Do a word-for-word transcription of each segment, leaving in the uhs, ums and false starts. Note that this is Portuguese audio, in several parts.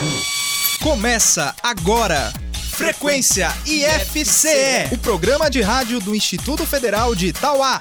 Começa agora, Frequência I F C E, o programa de rádio do Instituto Federal de Itauá.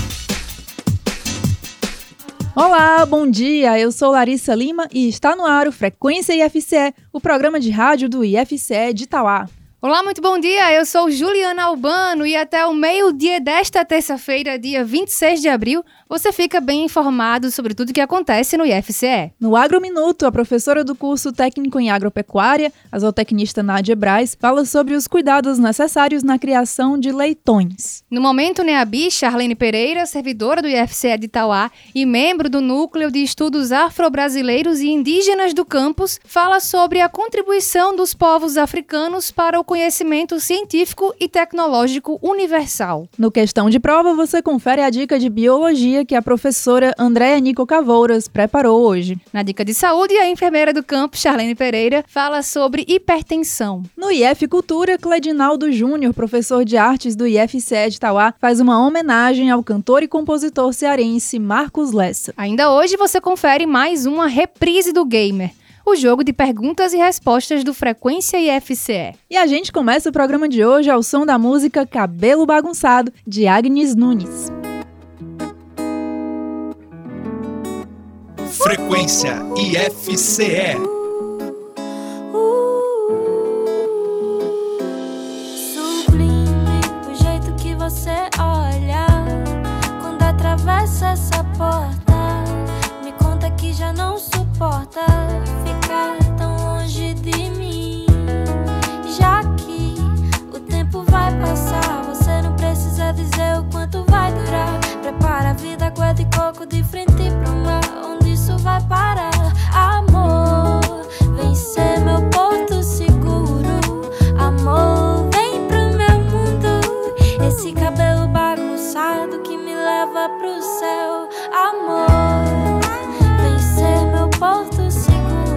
Olá, bom dia, eu sou Larissa Lima e está no ar o Frequência I F C E, o programa de rádio do I F C E de Itauá. Olá, muito bom dia, eu sou Juliana Albano e até o meio-dia desta terça-feira, dia vinte e seis de abril, você fica bem informado sobre tudo o que acontece no I F C E. No Agrominuto, a professora do curso técnico em agropecuária, a zootecnista Nádia Braz, fala sobre os cuidados necessários na criação de leitões. No Momento Neabi, Charlene Pereira, servidora do I F C E de Itauá e membro do Núcleo de Estudos Afro-Brasileiros e Indígenas do campus, fala sobre a contribuição dos povos africanos para o conhecimento científico e tecnológico universal. No Questão de Prova, você confere a dica de biologia que a professora Andréa Nico Cavouras preparou hoje. Na dica de saúde, a enfermeira do campo, Charlene Pereira, fala sobre hipertensão. No I F Cultura, Cledinaldo Júnior, professor de artes do I F C E de Itauá, faz uma homenagem ao cantor e compositor cearense Marcos Lessa. Ainda hoje você confere mais uma reprise do Gamer, o jogo de perguntas e respostas do Frequência I F C E. E a gente começa o programa de hoje ao som da música Cabelo Bagunçado, de Agnes Nunes. Frequência I F C E. Sublime o jeito que você olha quando atravessa essa porta. Me conta que já não suporta ficar tão longe de mim. Já que o tempo vai passar, você não precisa dizer o quanto vai durar. Prepara a vida, aguarda e coco de frente pro mar. Onde isso vai parar? Amor, vem ser meu porto seguro. Amor, vem pro meu mundo. Esse cabelo bagunçado que me leva pro céu. Amor, vem ser meu porto seguro.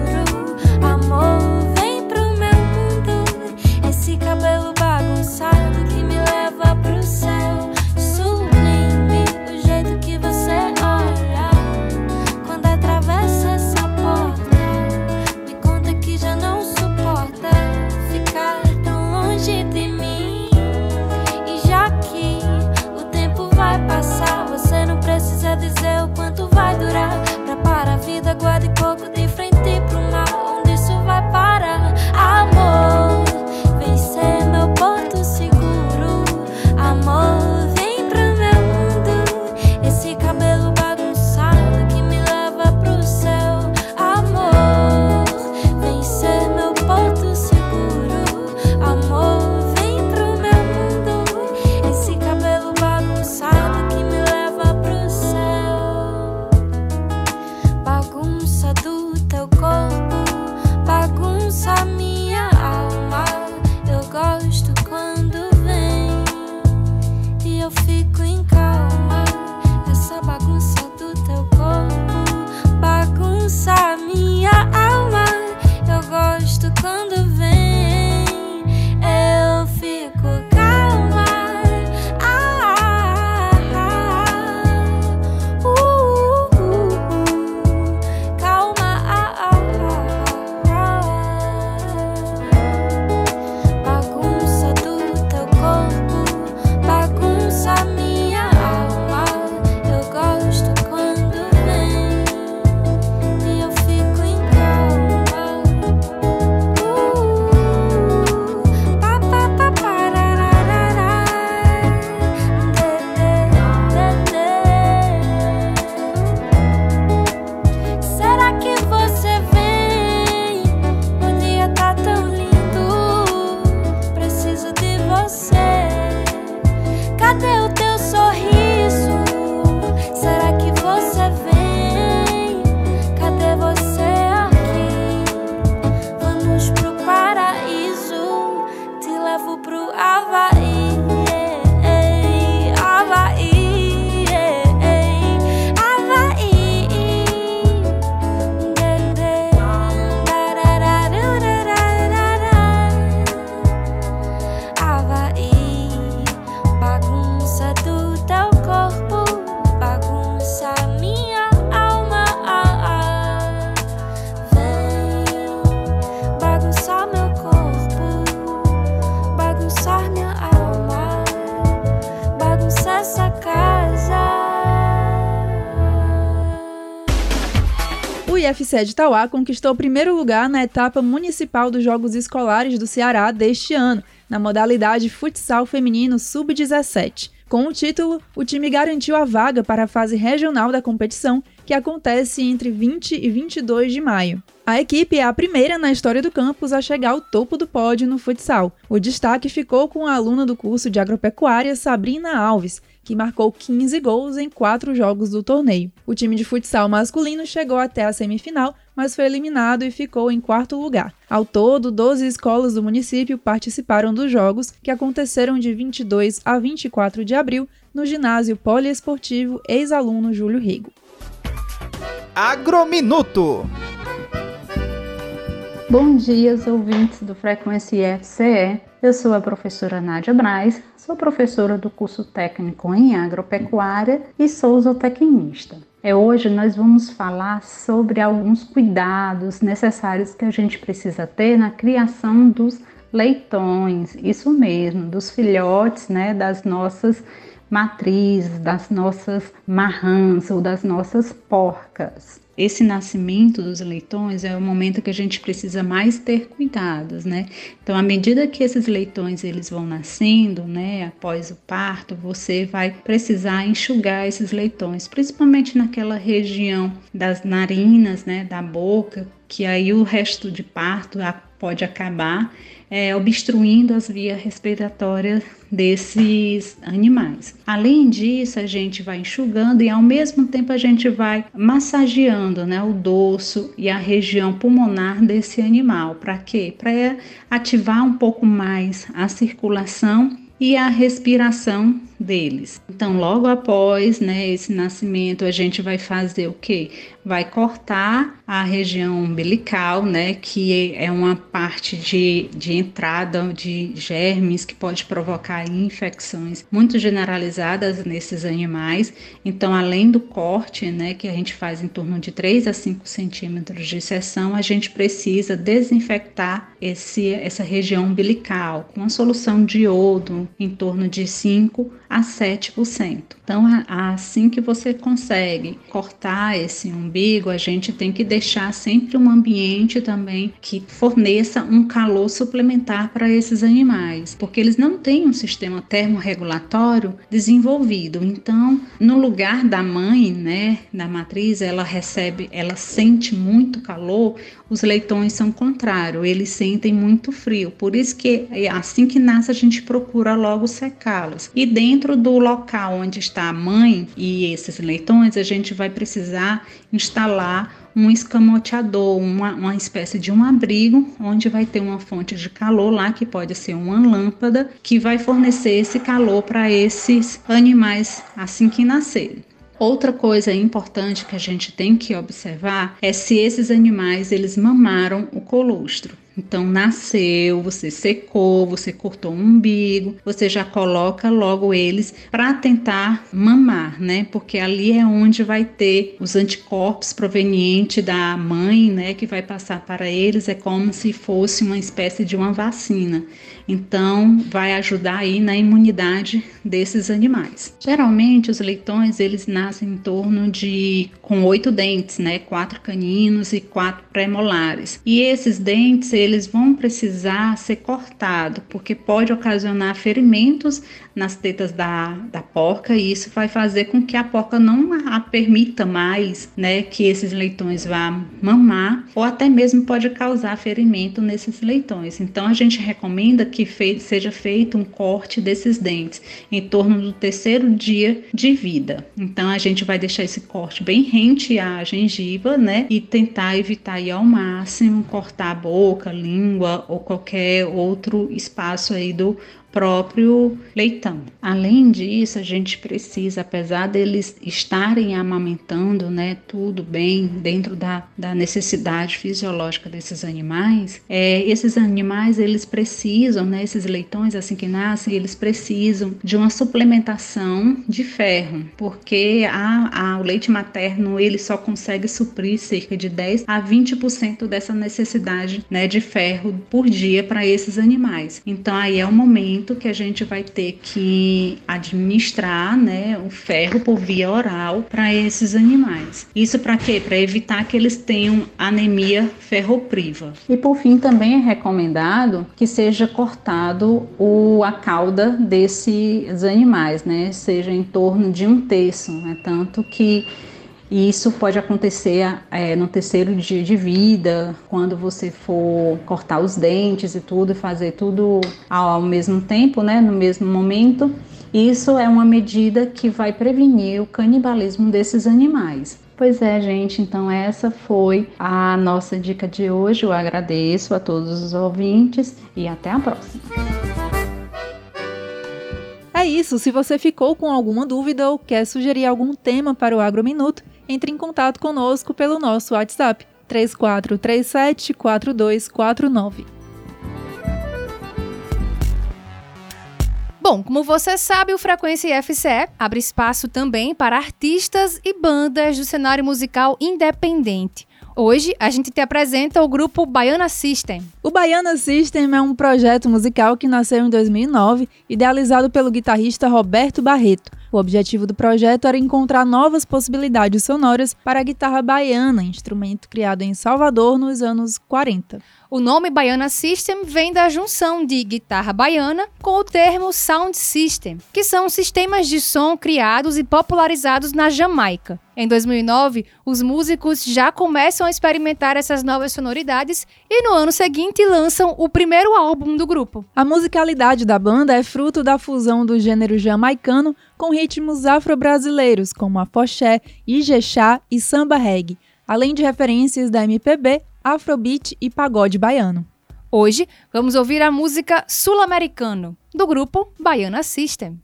F C E de Itauá conquistou o primeiro lugar na etapa municipal dos Jogos Escolares do Ceará deste ano, na modalidade futsal feminino sub dezessete. Com o título, o time garantiu a vaga para a fase regional da competição, que acontece entre vinte e vinte e dois de maio. A equipe é a primeira na história do campus a chegar ao topo do pódio no futsal. O destaque ficou com a aluna do curso de agropecuária, Sabrina Alves, que marcou quinze gols em quatro jogos do torneio. O time de futsal masculino chegou até a semifinal, mas foi eliminado e ficou em quarto lugar. Ao todo, doze escolas do município participaram dos jogos, que aconteceram de vinte e dois a vinte e quatro de abril, no ginásio poliesportivo ex-aluno Júlio Rigo. Agrominuto. Bom dia, ouvintes do Frequência I F C E. Eu sou a professora Nádia Braz, sou professora do curso técnico em agropecuária e sou zootecnista. É, hoje nós vamos falar sobre alguns cuidados necessários que a gente precisa ter na criação dos leitões, isso mesmo, dos filhotes, né, das nossas matrizes, das nossas marrãs ou das nossas porcas. Esse nascimento dos leitões é o momento que a gente precisa mais ter cuidados, né? Então, à medida que esses leitões eles vão nascendo, né, após o parto, você vai precisar enxugar esses leitões, principalmente naquela região das narinas, né, da boca, que aí o resto de parto pode acabar é, obstruindo as vias respiratórias desses animais. Além disso, a gente vai enxugando e ao mesmo tempo a gente vai massageando, né, o dorso e a região pulmonar desse animal. Para quê? Para ativar um pouco mais a circulação e a respiração deles. Então, logo após, né, esse nascimento, a gente vai fazer o quê? Vai cortar a região umbilical, né, que é uma parte de, de entrada de germes que pode provocar infecções muito generalizadas nesses animais. Então, além do corte, né, que a gente faz em torno de três a cinco centímetros de seção, a gente precisa desinfectar esse, essa região umbilical com a solução de iodo em torno de cinco a sete por cento. Então, assim que você consegue cortar esse umbigo, a gente tem que deixar sempre um ambiente também que forneça um calor suplementar para esses animais, porque eles não têm um sistema termorregulatório desenvolvido. Então, no lugar da mãe, né, da matriz, ela recebe, ela sente muito calor, os leitões são contrário, eles sentem muito frio. Por isso que assim que nasce a gente procura logo secá-los. E dentro do local onde está a mãe e esses leitões, a gente vai precisar instalar um escamoteador, uma, uma espécie de um abrigo, onde vai ter uma fonte de calor lá, que pode ser uma lâmpada, que vai fornecer esse calor para esses animais assim que nascerem. Outra coisa importante que a gente tem que observar é se esses animais eles mamaram o colostro. Então, nasceu, você secou, você cortou o umbigo, você já coloca logo eles para tentar mamar, né? Porque ali é onde vai ter os anticorpos provenientes da mãe, né? Que vai passar para eles, é como se fosse uma espécie de uma vacina. Então, vai ajudar aí na imunidade desses animais. Geralmente, os leitões, eles nascem em torno de, com oito dentes, né? Quatro caninos e quatro pré-molares. E esses dentes, eles vão precisar ser cortados, porque pode ocasionar ferimentos nas tetas da, da porca, e isso vai fazer com que a porca não a permita mais, né, que esses leitões vá mamar, ou até mesmo pode causar ferimento nesses leitões. Então, a gente recomenda que fe- seja feito um corte desses dentes em torno do terceiro dia de vida. Então, a gente vai deixar esse corte bem rente à gengiva, né, e tentar evitar aí ao máximo cortar a boca, língua ou qualquer outro espaço aí do próprio leitão. Além disso, a gente precisa, apesar deles estarem amamentando, né, tudo bem dentro da, da necessidade fisiológica desses animais, é, esses animais, eles precisam, né, esses leitões assim que nascem, eles precisam de uma suplementação de ferro, porque a, a, o leite materno, ele só consegue suprir cerca de dez a vinte por cento dessa necessidade, né, de ferro por dia para esses animais. Então, aí é o momento momento que a gente vai ter que administrar, né, o ferro por via oral para esses animais. Isso para quê? Para evitar que eles tenham anemia ferropriva. E por fim, também é recomendado que seja cortado o, a cauda desses animais, né, seja em torno de um terço, né, tanto que isso pode acontecer é, no terceiro dia de vida, quando você for cortar os dentes e tudo, fazer tudo ao mesmo tempo, né, no mesmo momento. Isso é uma medida que vai prevenir o canibalismo desses animais. Pois é, gente, então essa foi a nossa dica de hoje. Eu agradeço a todos os ouvintes e até a próxima. É isso, se você ficou com alguma dúvida ou quer sugerir algum tema para o Agrominuto, entre em contato conosco pelo nosso WhatsApp três quatro três sete, quatro dois quatro nove. Bom, como você sabe, o Frequência I F C E abre espaço também para artistas e bandas do cenário musical independente. Hoje, a gente te apresenta o grupo Baiana System. O Baiana System é um projeto musical que nasceu em dois mil e nove, idealizado pelo guitarrista Roberto Barreto. O objetivo do projeto era encontrar novas possibilidades sonoras para a guitarra baiana, instrumento criado em Salvador nos anos quarenta. O nome Baiana System vem da junção de guitarra baiana com o termo Sound System, que são sistemas de som criados e popularizados na Jamaica. Em dois mil e nove, os músicos já começam a experimentar essas novas sonoridades e no ano seguinte lançam o primeiro álbum do grupo. A musicalidade da banda é fruto da fusão do gênero jamaicano com ritmos afro-brasileiros, como afoxé, ijexá e samba reggae, além de referências da M P B, afrobeat e pagode baiano. Hoje, vamos ouvir a música Sul-Americano, do grupo Baiana System.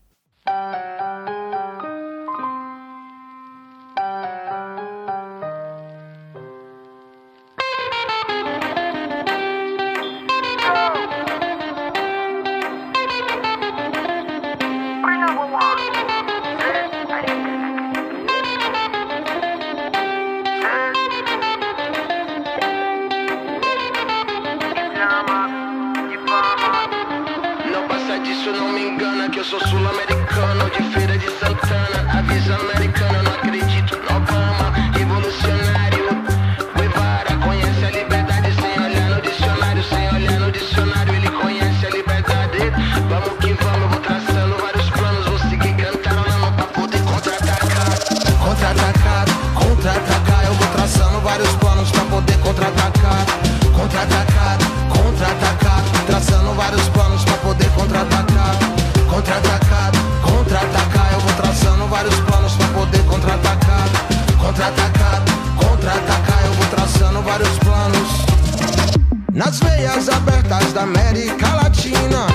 Disso não me engana que eu sou sul-americano de Feira de Santana, avisa americana, não acredito no Obama, revolucionário, Guevara, conhece a liberdade sem olhar no dicionário, sem olhar no dicionário, ele conhece a liberdade, vamos que vamos, eu vou traçando vários planos, vou seguir cantarolando pra poder contra-atacar, contra-atacar, contra-atacar, eu vou traçando vários planos pra poder contra-atacar, contra-atacar, contra-atacar, traçando vários planos pra poder contra-atacar, contra-atacar, contra-atacar, eu vou traçando vários planos pra poder contra-atacar, contra-atacar, contra-atacar, eu vou traçando vários planos. Nas veias abertas da América Latina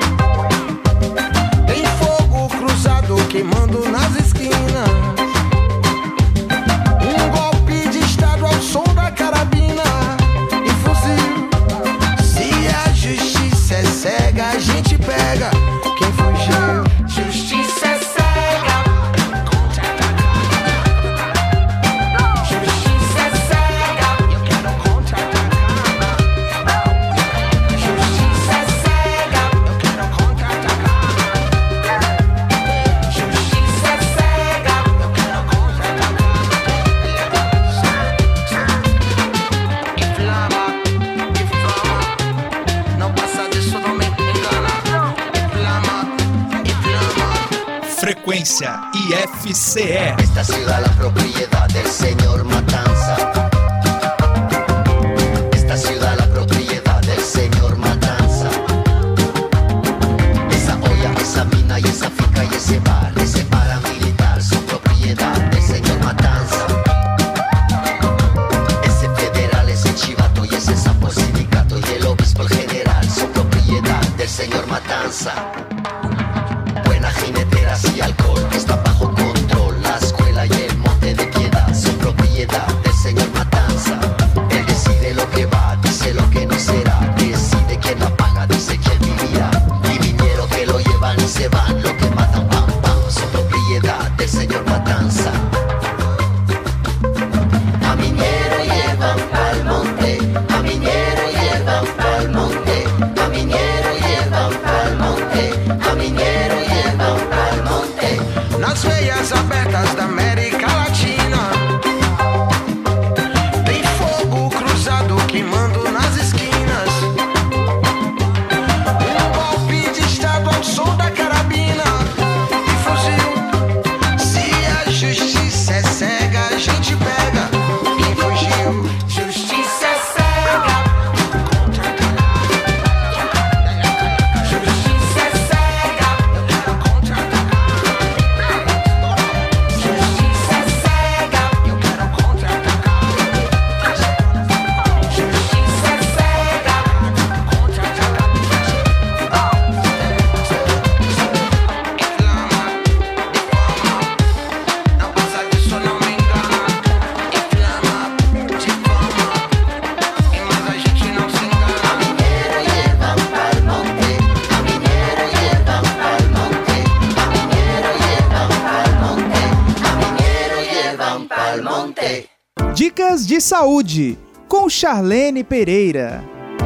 tem fogo cruzado queimando nas esquinas, um golpe de estado ao som da carabina e fuzil. Se a justiça é cega, a gente pega quem fugiu. Justiça é cega, contra-atacar. Justiça é cega, eu quero contra-atacar. Justiça é cega, eu quero contra-atacar. Justiça é cega, eu quero contra-atacar. Inflama, inflama, não passa disso, não me engana. Inflama, inflama. Frequência I F C E. Esta ciudad la propiedad del señor Matanza. Esta ciudad la propiedad del señor Matanza. Esa olla, esa mina y esa finca y ese bar, ese paramilitar son propiedad del señor Matanza. Ese federal, ese chivato y ese sapo sindicato y el obispo el general son propiedad del señor Matanza. Buenas jineteras y alcohol está bajo control. La escuela y el monte de piedad son propiedad del señor Matanza. Él decide lo que va, dice lo que no será. Decide quién la paga, dice quién vivirá. Y vinieron que lo llevan y se van. Lo que matan, pam, pam, son propiedad del señor Matanza. A minero llevan pa'l monte, a minero llevan pa'l monte, a minero llevan pa'l monte. Dicas de Saúde, com Charlene Pereira.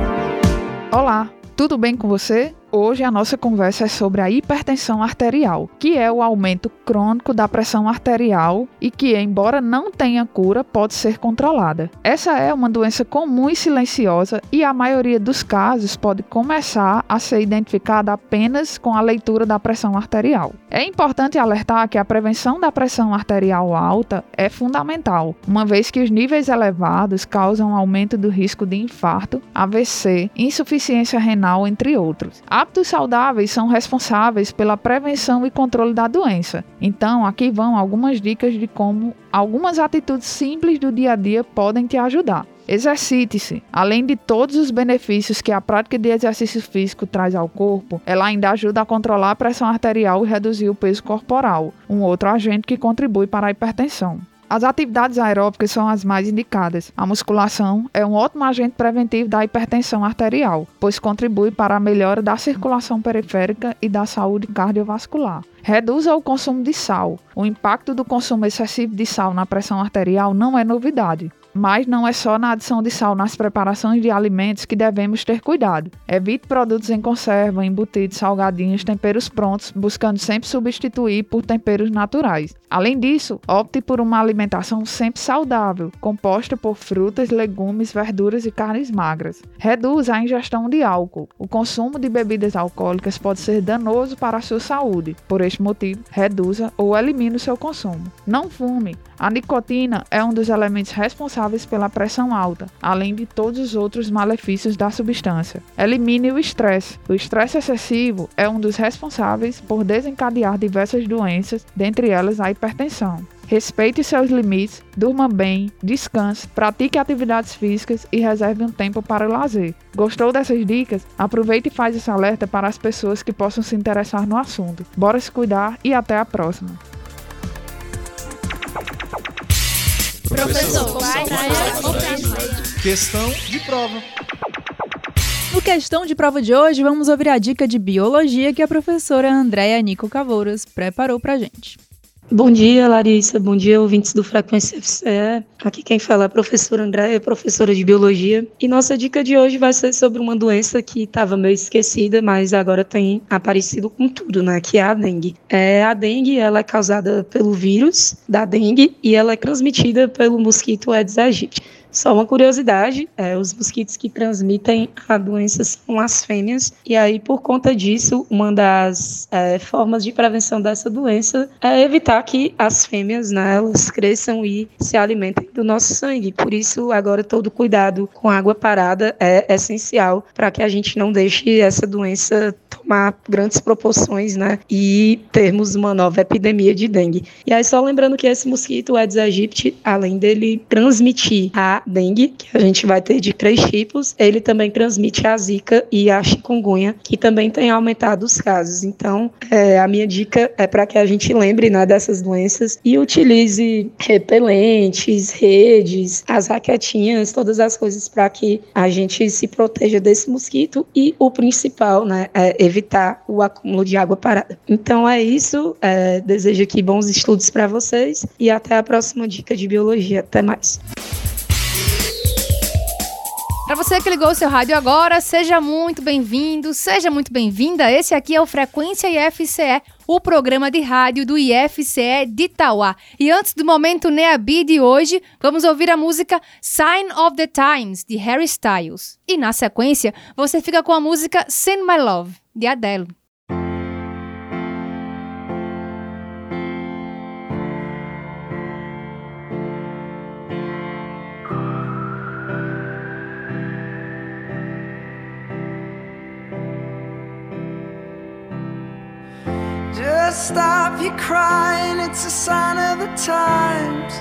Olá, tudo bem com você? Hoje a nossa conversa é sobre a hipertensão arterial, que é o aumento crônico da pressão arterial e que, embora não tenha cura, pode ser controlada. Essa é uma doença comum e silenciosa e a maioria dos casos pode começar a ser identificada apenas com a leitura da pressão arterial. É importante alertar que a prevenção da pressão arterial alta é fundamental, uma vez que os níveis elevados causam aumento do risco de infarto, A V C, insuficiência renal, entre outros. Hábitos saudáveis são responsáveis pela prevenção e controle da doença. Então, aqui vão algumas dicas de como algumas atitudes simples do dia a dia podem te ajudar. Exercite-se. Além de todos os benefícios que a prática de exercício físico traz ao corpo, ela ainda ajuda a controlar a pressão arterial e reduzir o peso corporal, um outro agente que contribui para a hipertensão. As atividades aeróbicas são as mais indicadas. A musculação é um ótimo agente preventivo da hipertensão arterial, pois contribui para a melhora da circulação periférica e da saúde cardiovascular. Reduza o consumo de sal. O impacto do consumo excessivo de sal na pressão arterial não é novidade. Mas não é só na adição de sal nas preparações de alimentos que devemos ter cuidado. Evite produtos em conserva, embutidos, salgadinhos, temperos prontos, buscando sempre substituir por temperos naturais. Além disso, opte por uma alimentação sempre saudável, composta por frutas, legumes, verduras e carnes magras. Reduza a ingestão de álcool. O consumo de bebidas alcoólicas pode ser danoso para a sua saúde. Por este motivo, reduza ou elimine o seu consumo. Não fume. A nicotina é um dos elementos responsáveis pela pressão alta, além de todos os outros malefícios da substância. Elimine o estresse. O estresse excessivo é um dos responsáveis por desencadear diversas doenças, dentre elas a hipertensão. Respeite seus limites, durma bem, descanse, pratique atividades físicas e reserve um tempo para o lazer. Gostou dessas dicas? Aproveite e faz esse alerta para as pessoas que possam se interessar no assunto. Bora se cuidar e até a próxima! Professor, questão de prova. No Questão de Prova de hoje, vamos ouvir a dica de biologia que a professora Andréa Nico Cavouras preparou pra gente. Bom dia, Larissa. Bom dia, ouvintes do Frequência F C E. Aqui quem fala é a professora Andréa, professora de Biologia. E nossa dica de hoje vai ser sobre uma doença que estava meio esquecida, mas agora tem aparecido com tudo, né? Que é a dengue. É, a dengue ela é causada pelo vírus da dengue e ela é transmitida pelo mosquito Aedes aegypti. Só uma curiosidade, é, os mosquitos que transmitem a doença são as fêmeas, e aí por conta disso, uma das é, formas de prevenção dessa doença é evitar que as fêmeas, né, elas cresçam e se alimentem do nosso sangue. Por isso, agora todo cuidado com água parada é essencial para que a gente não deixe essa doença tomar grandes proporções, né, e termos uma nova epidemia de dengue. E aí só lembrando que esse mosquito, o Aedes aegypti, além dele transmitir a dengue, que a gente vai ter de três tipos, ele também transmite a zika e a chikungunya, que também tem aumentado os casos. Então, é, a minha dica é para que a gente lembre, né, dessas doenças e utilize repelentes, redes, as raquetinhas, todas as coisas para que a gente se proteja desse mosquito e o principal, né, é evitar o acúmulo de água parada. Então é isso, é, desejo aqui bons estudos para vocês e até a próxima dica de biologia. Até mais. Para você que ligou o seu rádio agora, seja muito bem-vindo, seja muito bem-vinda. Esse aqui é o Frequência I F C E, o programa de rádio do I F C E de Itauá. E antes do momento Neabi de hoje, vamos ouvir a música Sign of the Times, de Harry Styles. E na sequência, você fica com a música Send My Love, de Adele. Just stop your crying, it's a sign of the times.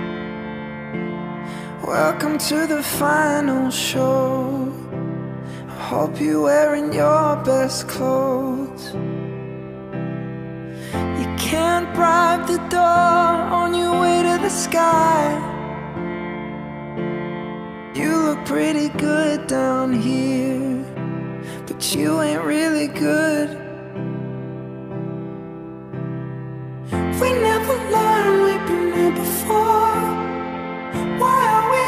Welcome to the final show. I hope you're wearing your best clothes. You can't bribe the door on your way to the sky. You look pretty good down here, but you ain't really good. We never learned, we've been here before. Why are we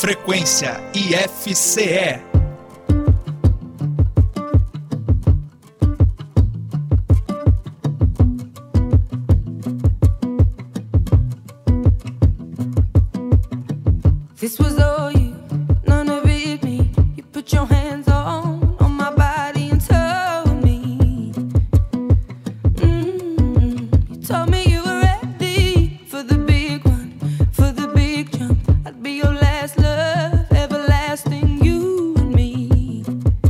Frequência I F C E. This was all you, none of it me. You put your hands on, on my body and told me. Mm-hmm. You told me you were ready for the big one, for the big jump. I'd be your last love, everlasting, you and me.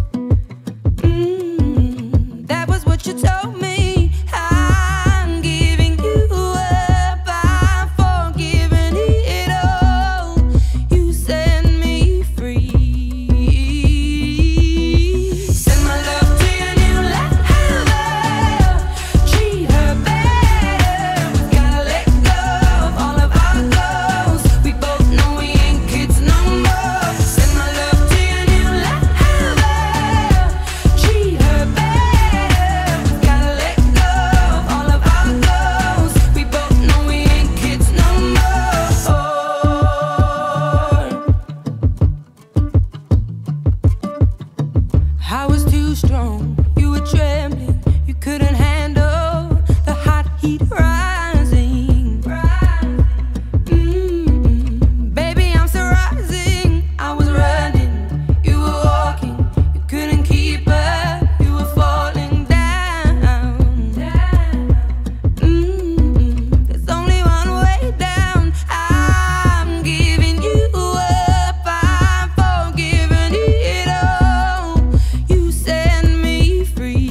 Mm-hmm. That was what you told me. I'm giving you up, I'm forgiving it all. You set me free. Send my love to your new lover. Treat her better. We gotta let go of all of our goals. We both know we ain't kids no more. Send my love to your new lover. Treat her better. We gotta let go of all of our goals. We both know we ain't kids no more. I was too strong, you were trembling, you couldn't handle the hot heat rising. Mm-mm. Baby, I'm still rising. I was running, you were walking, you couldn't keep up, you were falling down. Mm-mm. There's only one way down. I'm giving you up, I'm forgiving it all. You set me free.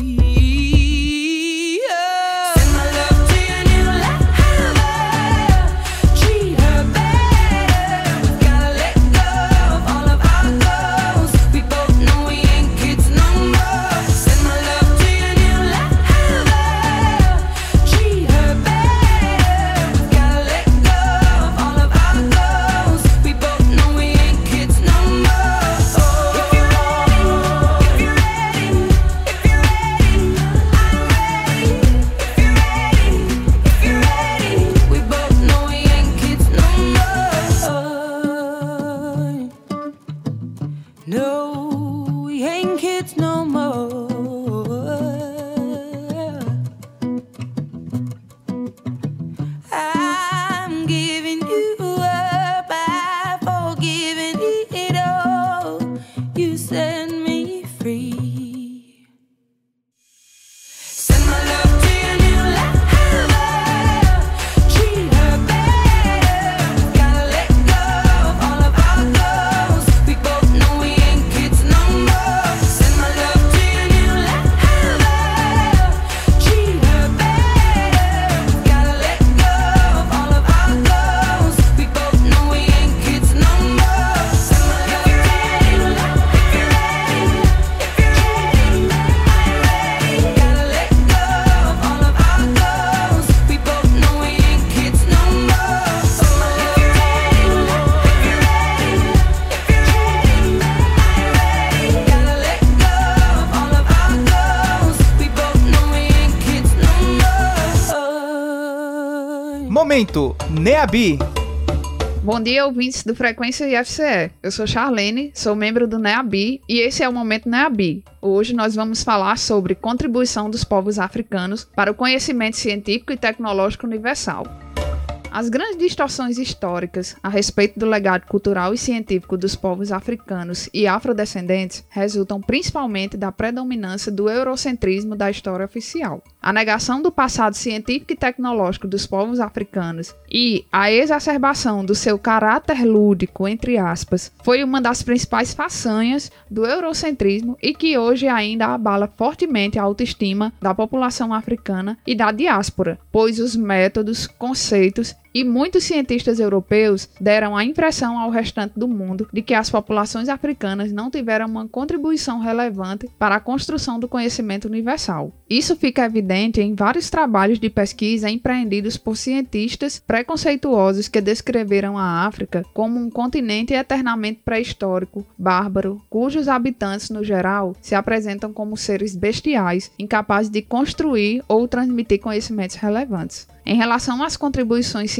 Oh. Send my love to your new lover. Treat her better. We gotta let go of all of our goals. We both know we ain't kids no more. Send my love to your new lover. Treat her better. We gotta let go of all of our goals. We both know we ain't kids no more. If you're ready, if you're ready, if you're ready, I'm ready. If you're ready, if you're ready, we both know we ain't kids no more. No, we ain't kids no more. I'm giving you up, I'm forgiving it all. You set me free. Send my love to your new lover. Treat her better. We gotta let go of all of our goals. We both know we ain't kids no more. Send my love to your new lover. Treat her better. We gotta let go of all of our goals. We both know we ain't kids no more. Send my love to your new lover. If you're ready, if you're ready, I'm ready. Gotta let go of all of our goals. We both know we ain't kids no more. If you're ready, if you're ready, if you're ready, I'm ready. Gotta let go of all of our goals. We both know we ain't kids no more. Momento NEABI. Bom dia, ouvintes do Frequência I F C E. Eu sou Charlene, sou membro do NEABI e esse é o Momento NEABI. Hoje nós vamos falar sobre contribuição dos povos africanos para o conhecimento científico e tecnológico universal. As grandes distorções históricas a respeito do legado cultural e científico dos povos africanos e afrodescendentes resultam principalmente da predominância do eurocentrismo da história oficial. A negação do passado científico e tecnológico dos povos africanos e a exacerbação do seu caráter lúdico, entre aspas, foi uma das principais façanhas do eurocentrismo e que hoje ainda abala fortemente a autoestima da população africana e da diáspora, pois os métodos, conceitos e muitos cientistas europeus deram a impressão ao restante do mundo de que as populações africanas não tiveram uma contribuição relevante para a construção do conhecimento universal. Isso fica evidente em vários trabalhos de pesquisa empreendidos por cientistas preconceituosos que descreveram a África como um continente eternamente pré-histórico, bárbaro, cujos habitantes, no geral, se apresentam como seres bestiais, incapazes de construir ou transmitir conhecimentos relevantes. Em relação às contribuições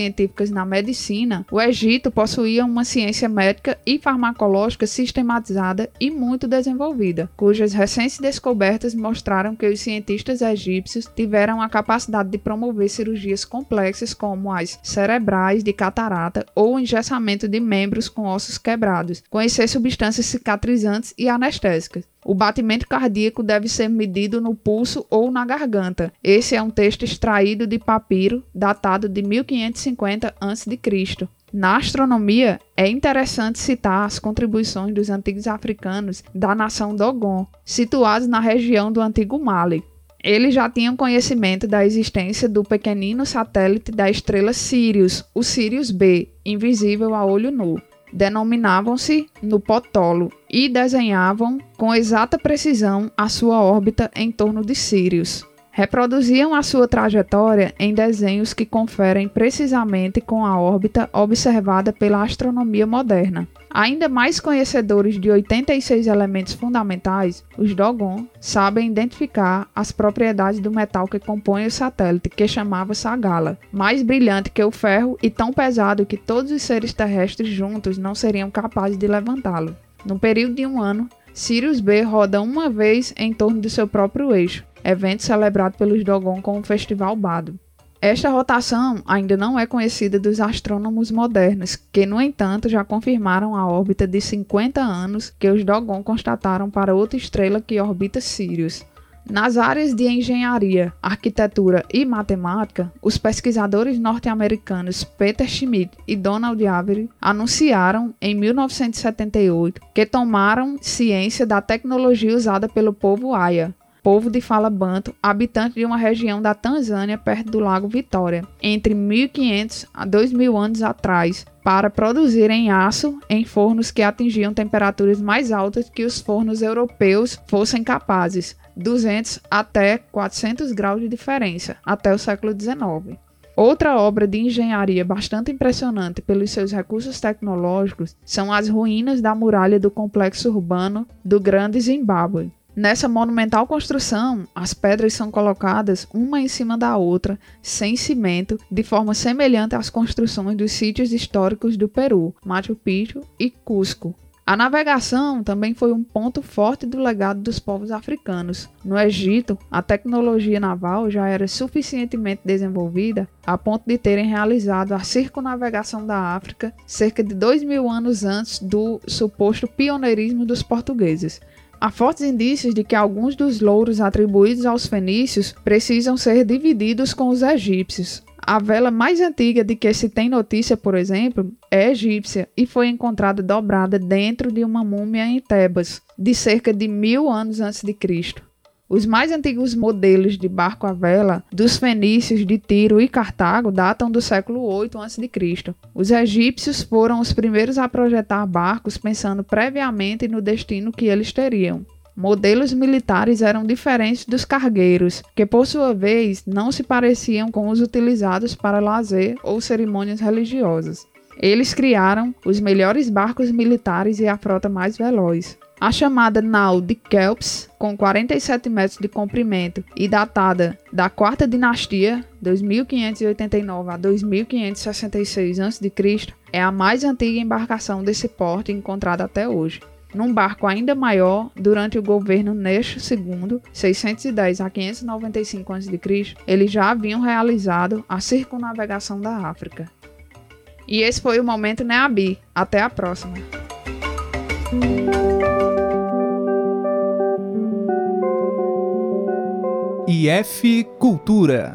científicas na medicina, o Egito possuía uma ciência médica e farmacológica sistematizada e muito desenvolvida, cujas recentes descobertas mostraram que os cientistas egípcios tiveram a capacidade de promover cirurgias complexas como as cerebrais de catarata ou o engessamento de membros com ossos quebrados, conhecer substâncias cicatrizantes e anestésicas. O batimento cardíaco deve ser medido no pulso ou na garganta. Esse é um texto extraído de papiro, datado de mil quinhentos e cinquenta antes de Cristo. Na astronomia, é interessante citar as contribuições dos antigos africanos da nação Dogon, situados na região do antigo Mali. Eles já tinham conhecimento da existência do pequenino satélite da estrela Sirius, o Sirius B, invisível a olho nu. Denominavam-se no Potolo e desenhavam com exata precisão a sua órbita em torno de Sirius. Reproduziam a sua trajetória em desenhos que conferem precisamente com a órbita observada pela astronomia moderna. Ainda mais conhecedores de oitenta e seis elementos fundamentais, os Dogon sabem identificar as propriedades do metal que compõe o satélite, que chamava Sagala, mais brilhante que o ferro e tão pesado que todos os seres terrestres juntos não seriam capazes de levantá-lo. No período de um ano, Sirius B roda uma vez em torno do seu próprio eixo, evento celebrado pelos Dogon como o Festival Bado. Esta rotação ainda não é conhecida dos astrônomos modernos, que, no entanto, já confirmaram a órbita de cinquenta anos que os Dogon constataram para outra estrela que orbita Sirius. Nas áreas de engenharia, arquitetura e matemática, os pesquisadores norte-americanos Peter Schmidt e Donald Avery anunciaram, em mil novecentos e setenta e oito, que tomaram ciência da tecnologia usada pelo povo Aya, povo de fala banto, habitante de uma região da Tanzânia perto do Lago Vitória, entre mil e quinhentos a dois mil anos atrás, para produzirem aço em fornos que atingiam temperaturas mais altas que os fornos europeus fossem capazes, duzentos até quatrocentos graus de diferença, até o século dezenove. Outra obra de engenharia bastante impressionante pelos seus recursos tecnológicos são as ruínas da muralha do complexo urbano do Grande Zimbábue. Nessa monumental construção, as pedras são colocadas uma em cima da outra, sem cimento, de forma semelhante às construções dos sítios históricos do Peru, Machu Picchu e Cusco. A navegação também foi um ponto forte do legado dos povos africanos. No Egito, a tecnologia naval já era suficientemente desenvolvida a ponto de terem realizado a circunnavegação da África cerca de dois mil anos antes do suposto pioneirismo dos portugueses. Há fortes indícios de que alguns dos louros atribuídos aos fenícios precisam ser divididos com os egípcios. A vela mais antiga de que se tem notícia, por exemplo, é egípcia e foi encontrada dobrada dentro de uma múmia em Tebas, de cerca de mil anos antes de Cristo. Os mais antigos modelos de barco à vela dos fenícios de Tiro e Cartago datam do século oito antes de Cristo. Os egípcios foram os primeiros a projetar barcos pensando previamente no destino que eles teriam. Modelos militares eram diferentes dos cargueiros, que por sua vez não se pareciam com os utilizados para lazer ou cerimônias religiosas. Eles criaram os melhores barcos militares e a frota mais veloz. A chamada nau de Kelps, com quarenta e sete metros de comprimento e datada da quarta dinastia, dois mil quinhentos e oitenta e nove a dois mil quinhentos e sessenta e seis antes de Cristo, é a mais antiga embarcação desse porte encontrada até hoje. Num barco ainda maior, durante o governo Neixo segundo, seiscentos e dez a quinhentos e noventa e cinco antes de Cristo, eles já haviam realizado a circunnavegação da África. E esse foi o Momento Neabi. Até a próxima! I F Cultura.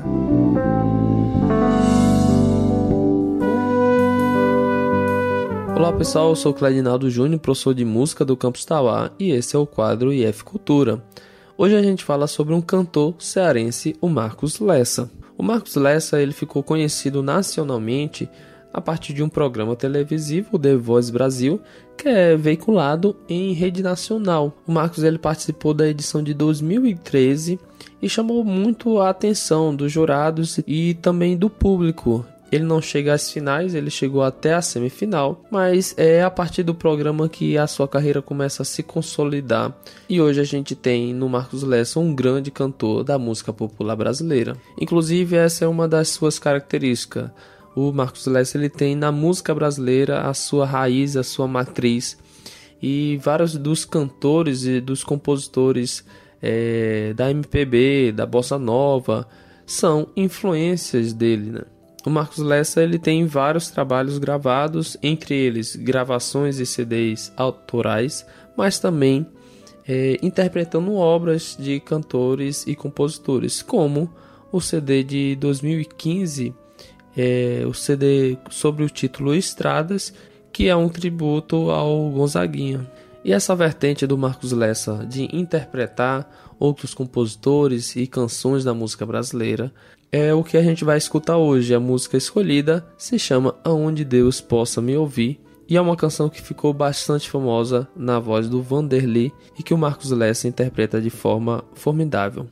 Olá pessoal, eu sou Cledinaldo Júnior, professor de música do Campus Tauá, e esse é o quadro I F Cultura. Hoje a gente fala sobre um cantor cearense, o Marcos Lessa. O Marcos Lessa ele ficou conhecido nacionalmente a partir de um programa televisivo, The Voice Brasil, que é veiculado em rede nacional. O Marcos ele participou da edição de dois mil e treze e chamou muito a atenção dos jurados e também do público. Ele não chega às finais, ele chegou até a semifinal, mas é a partir do programa que a sua carreira começa a se consolidar. E hoje a gente tem no Marcos Lessa um grande cantor da música popular brasileira. Inclusive essa é uma das suas características. o Marcos Lessa ele tem na música brasileira a sua raiz, a sua matriz, e vários dos cantores e dos compositores é, da M P B, da Bossa Nova, são influências dele, né? O Marcos Lessa ele tem vários trabalhos gravados, entre eles gravações e C Ds autorais, mas também é, interpretando obras de cantores e compositores, como o C D de dois mil e quinze, é, o C D sobre o título Estradas, que é um tributo ao Gonzaguinha. E essa vertente do Marcos Lessa de interpretar outros compositores e canções da música brasileira é o que a gente vai escutar hoje. A música escolhida se chama Aonde Deus Possa Me Ouvir e é uma canção que ficou bastante famosa na voz do Vanderly e que o Marcos Lessa interpreta de forma formidável.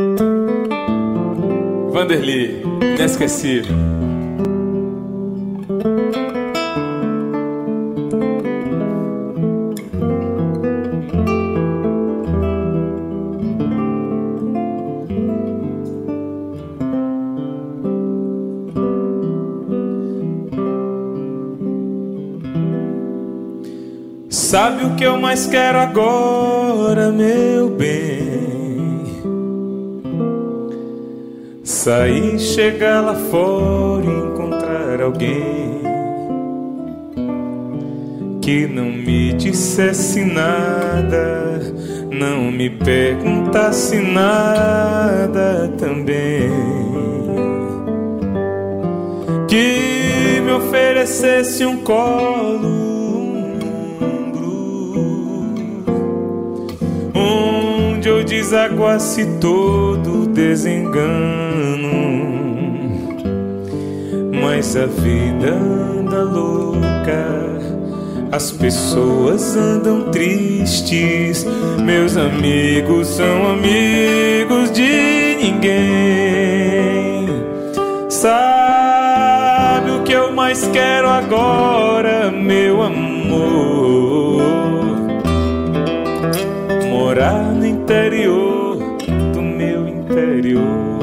Vanderly, inesquecível. Sabe o que eu mais quero agora, meu bem? Sair, chegar lá fora e encontrar alguém que não me dissesse nada, não me perguntasse nada também, que me oferecesse um colo, onde eu desaguasse todo desengano. Mas a vida anda louca, as pessoas andam tristes, meus amigos são amigos de ninguém. Sabe o que eu mais quero agora, meu amor? Morar no interior do meu interior,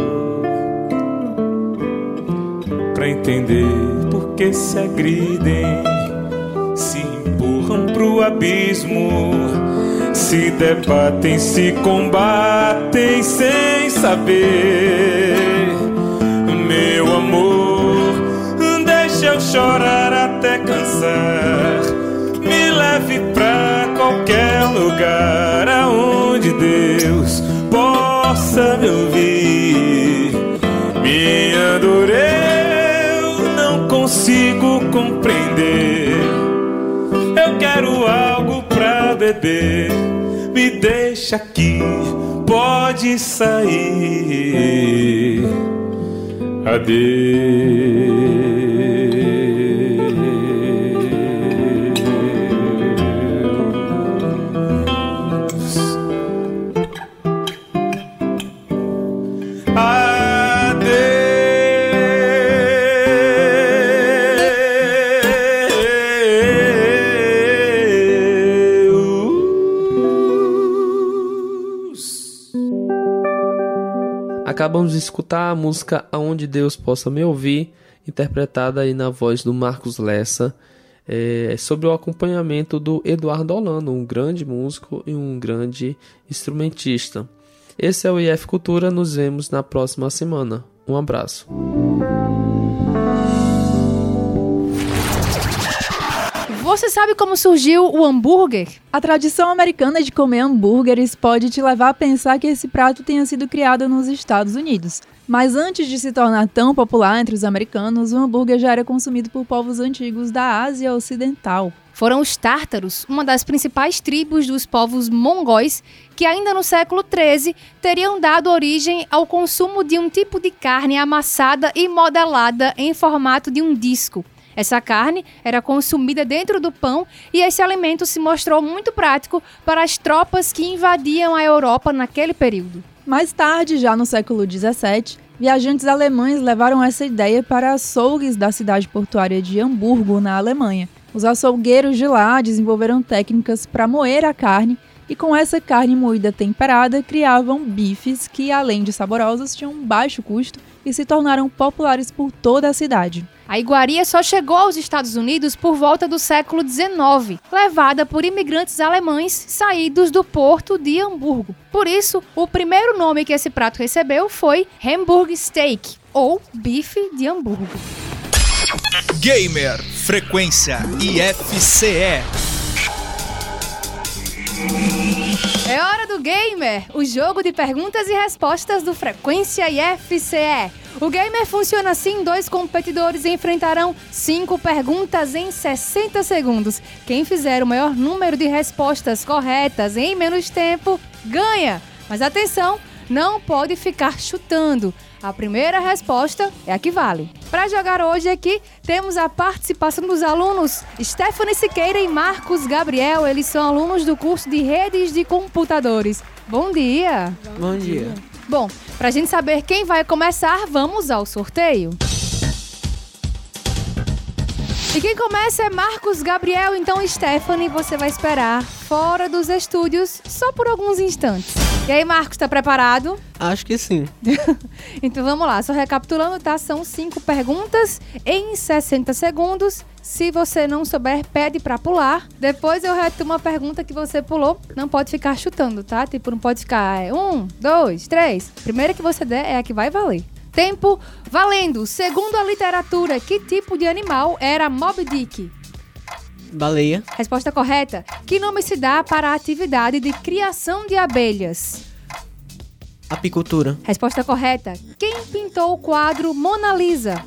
pra entender por que se agridem, se empurram pro abismo, se debatem, se combatem sem saber. Meu amor, deixa eu chorar até cansar, me leve pra qualquer lugar aonde Deus possa me ouvir. Minha dor eu não consigo compreender, eu quero algo pra beber, me deixa aqui, pode sair. Adeus. Acabamos de escutar a música Aonde Deus Possa Me Ouvir, interpretada aí na voz do Marcos Lessa, é, sobre o acompanhamento do Eduardo Holanda, um grande músico e um grande instrumentista. Esse é o I F Cultura, nos vemos na próxima semana. Um abraço. Você sabe como surgiu o hambúrguer? A tradição americana de comer hambúrgueres pode te levar a pensar que esse prato tenha sido criado nos Estados Unidos. Mas antes de se tornar tão popular entre os americanos, o hambúrguer já era consumido por povos antigos da Ásia Ocidental. Foram os tártaros, uma das principais tribos dos povos mongóis, que ainda no século treze teriam dado origem ao consumo de um tipo de carne amassada e modelada em formato de um disco. Essa carne era consumida dentro do pão e esse alimento se mostrou muito prático para as tropas que invadiam a Europa naquele período. Mais tarde, já no século dezessete, viajantes alemães levaram essa ideia para açougues da cidade portuária de Hamburgo, na Alemanha. Os açougueiros de lá desenvolveram técnicas para moer a carne e com essa carne moída temperada criavam bifes que, além de saborosos, tinham um baixo custo e se tornaram populares por toda a cidade. A iguaria só chegou aos Estados Unidos por volta do século dezenove, levada por imigrantes alemães saídos do porto de Hamburgo. Por isso, o primeiro nome que esse prato recebeu foi Hamburg Steak, ou bife de Hamburgo. Gamer Frequência I F C E. É hora do Gamer, o jogo de perguntas e respostas do Frequência I F C E. O Gamer funciona assim: dois competidores enfrentarão cinco perguntas em sessenta segundos. Quem fizer o maior número de respostas corretas em menos tempo, ganha. Mas atenção, não pode ficar chutando. A primeira resposta é a que vale. Para jogar hoje aqui, temos a participação dos alunos Stephanie Siqueira e Marcos Gabriel. Eles são alunos do curso de Redes de Computadores. Bom dia! Bom dia! Bom, pra gente saber quem vai começar, vamos ao sorteio. E quem começa é Marcos Gabriel, então Stephanie, você vai esperar fora dos estúdios só por alguns instantes. E aí, Marcos, tá preparado? Acho que sim. Então vamos lá, só recapitulando, tá? São cinco perguntas em sessenta segundos. Se você não souber, pede pra pular. Depois eu retomo a pergunta que você pulou. Não pode ficar chutando, tá? Tipo, não pode ficar é, um, dois, três. Primeira que você der é a que vai valer. Tempo valendo. Segundo a literatura, que tipo de animal era Moby Dick? Baleia. Resposta correta. Que nome se dá para a atividade de criação de abelhas? Apicultura. Resposta correta. Quem pintou o quadro Mona Lisa?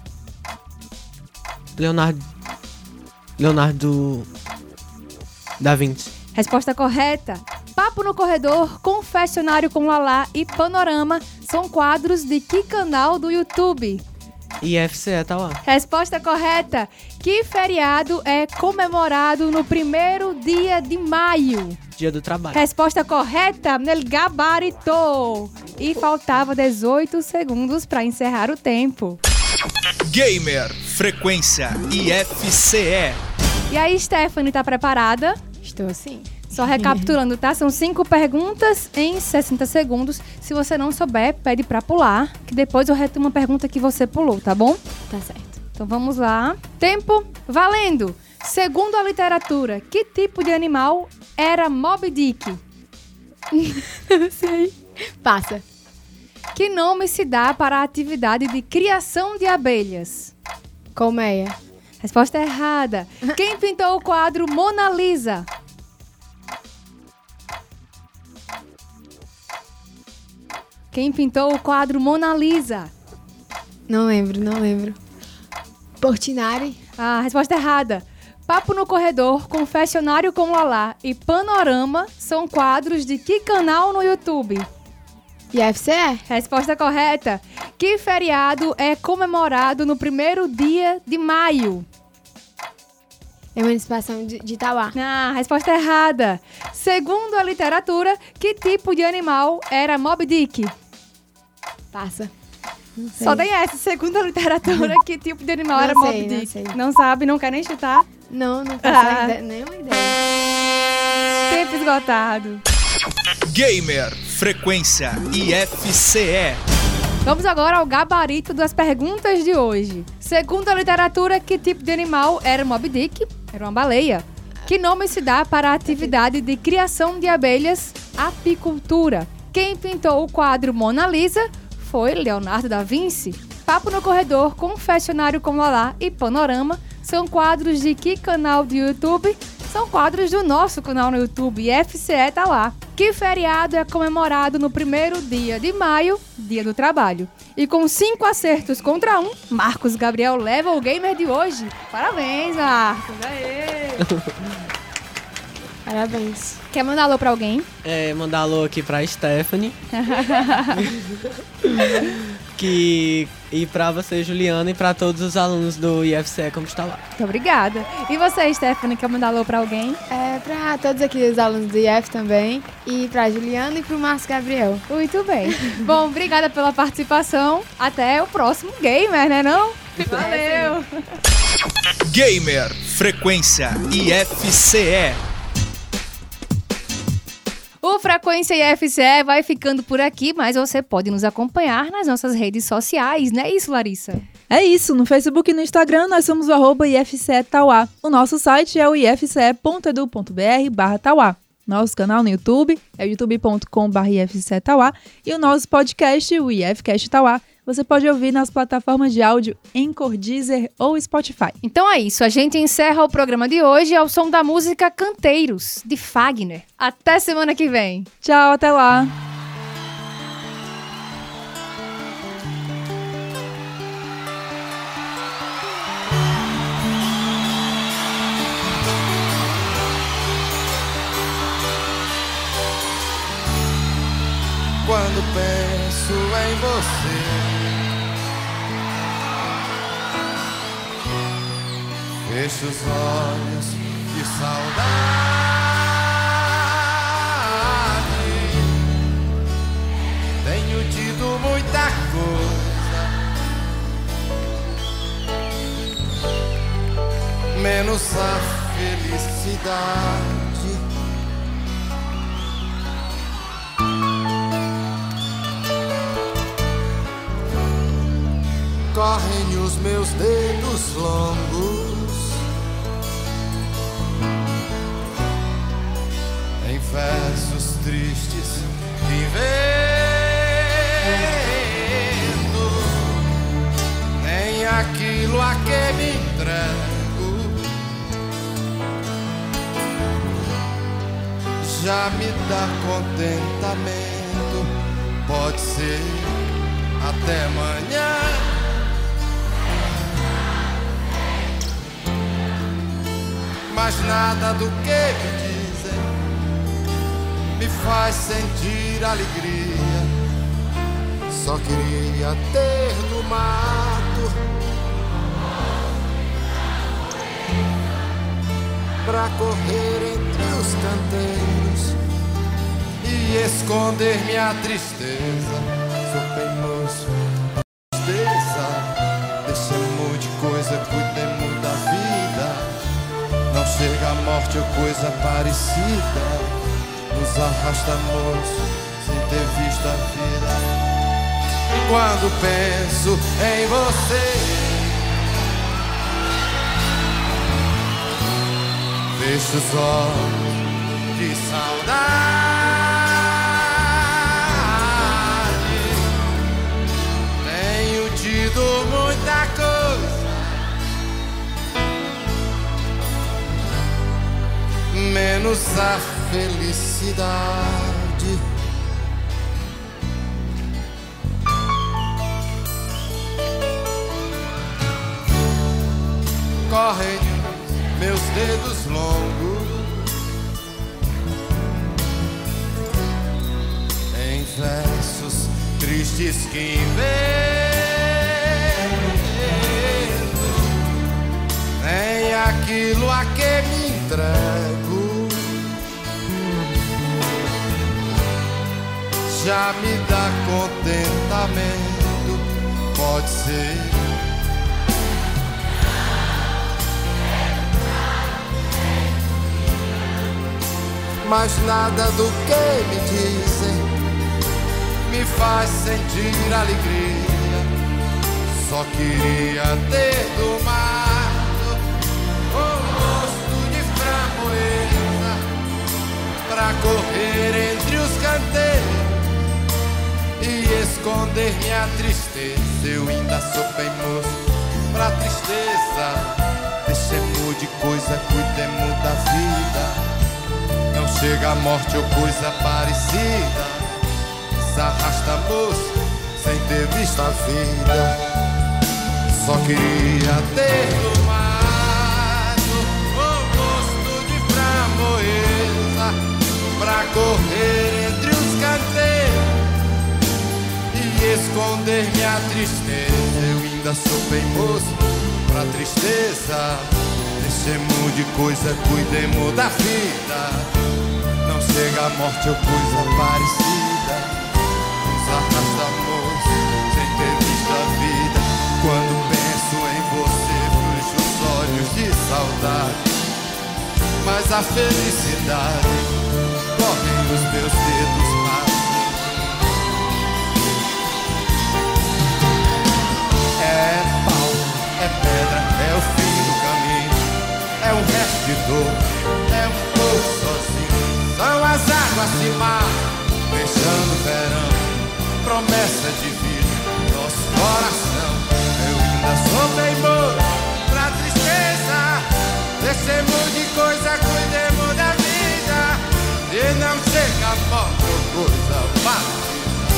Leonardo... Leonardo... da Vinci. Resposta correta. Papo no Corredor, Confessionário com Lalá e Panorama são quadros de que canal do YouTube? I F C E, tá lá. Resposta correta. Que feriado é comemorado no primeiro dia de maio? Dia do trabalho. Resposta correta, Nel gabarito. E faltava dezoito segundos para encerrar o tempo. Gamer Frequência I F C E. E aí, Stephanie, tá preparada? Estou sim. Só recapitulando, tá? São cinco perguntas em sessenta segundos. Se você não souber, pede pra pular, que depois eu retomo a pergunta que você pulou, tá bom? Tá certo. Então vamos lá. Tempo valendo. Segundo a literatura, que tipo de animal era Moby Dick? Não sei. Passa. Que nome se dá para a atividade de criação de abelhas? Colmeia. Resposta errada. Quem pintou o quadro Mona Lisa? Quem pintou o quadro Mona Lisa? Não lembro, não lembro. Portinari. Ah, resposta errada. Papo no Corredor, Confessionário com Lalá e Panorama são quadros de que canal no YouTube? I F C E. Resposta correta. Que feriado é comemorado no primeiro dia de maio? Emancipação de, de Itauá. Ah, resposta errada. Segundo a literatura, que tipo de animal era Moby Dick? Passa. Não sei. Só tem essa. Segundo a literatura, que tipo de animal Não era sei, Moby não Dick? sei. Não sabe, não quer nem chutar? Não, não faço Ah. ideia, nenhuma ideia. Tempo esgotado. Gamer Frequência I F C E. Vamos agora ao gabarito das perguntas de hoje. Segundo a literatura, que tipo de animal era Moby Dick? Era uma baleia. Que nome se dá para a atividade de criação de abelhas? Apicultura. Quem pintou o quadro Mona Lisa foi Leonardo da Vinci. Papo no Corredor, Confessionário com Lalá e Panorama são quadros de que canal do YouTube? São quadros do nosso canal no YouTube, I F C E tá lá. Que feriado é comemorado no primeiro dia de maio, dia do trabalho? E com cinco acertos contra um, Marcos Gabriel leva o Gamer de hoje. Parabéns, Marcos! Aê! Parabéns. Quer mandar alô pra alguém? É, mandar alô aqui pra Stephanie. que, e pra você, Juliana, e pra todos os alunos do I F C E como está lá. Muito obrigada. E você, Stephanie, quer mandar alô pra alguém? É, pra todos aqui os alunos do I F também. E pra Juliana e pro Márcio Gabriel. Muito bem. Bom, obrigada pela participação. Até o próximo Gamer, né não? Valeu! Gamer Frequência I F C E. O Frequência I F C E vai ficando por aqui, mas você pode nos acompanhar nas nossas redes sociais, não é isso, Larissa? É isso, no Facebook e no Instagram nós somos o arroba I F C E Tauá. O nosso site é o ifce.edu.br barra Tauá. Nosso canal no YouTube é o youtube ponto com barra I F C E Tauá. E o nosso podcast, o IFCast Tauá, você pode ouvir nas plataformas de áudio Anchor, Deezer ou Spotify. Então é isso, a gente encerra o programa de hoje ao som da música Canteiros, de Fagner. Até semana que vem. Tchau, até lá. Quando penso em você, fecho os olhos de saudade. Tenho tido muita coisa, menos a felicidade. Correm os meus dedos longos em versos tristes que invento, nem aquilo a que me entrego já me dá contentamento. Pode ser até amanhã, mas nada do que me dizem me faz sentir alegria. Só queria ter no mato pra correr entre os canteiros e esconder minha tristeza. Sou teimoso, tristeza, deixemos de coisa, cuidemos da vida. Não chega a morte ou coisa parecida, nos arrastamos sem ter visto a vida. Quando penso em você, fecho os olhos de saudade. Tenho tido muita coisa, menos a felicidade. Correm meus dedos longos em versos tristes que invento, nem aquilo a que me entrego já me dá contentamento. Pode ser mas nada do que me dizem me faz sentir alegria. Só queria ter do mato um rosto de framboesa pra correr entre os canteiros e esconder minha tristeza. Eu ainda sou bem moço pra tristeza. Deixemos de coisa, cuidemos da vida. Não chega a morte ou coisa parecida, se arrasta moço sem ter visto a vida. Só queria ter no mato um gosto de framboesa pra correr entre os canteiros e esconder minha tristeza. Eu ainda sou bem moço pra tristeza. Deixemos de coisa, cuidemos da vida. Não chega a morte ou coisa parecida, nos arrastamos sem ter visto a vida. Quando penso em você, fecho os olhos de saudade, mas a felicidade corre correm os meus dedos mágicos. É pau, é pedra, é o fim do caminho, é um resto de dor, é um pouco sozinho. São as águas de mar, fechando o verão, promessa de vida, nosso coração. Eu ainda sou teimoso pra tristeza, deixemos de coisa, cuidemos da vida, e não chega a morte ou coisa fácil.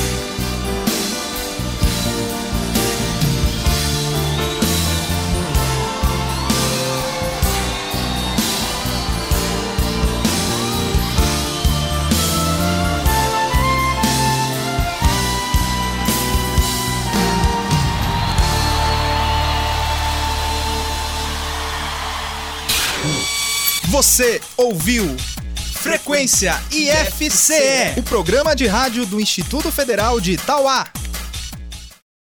Você ouviu Frequência I F C E, o programa de rádio do Instituto Federal de Itauá.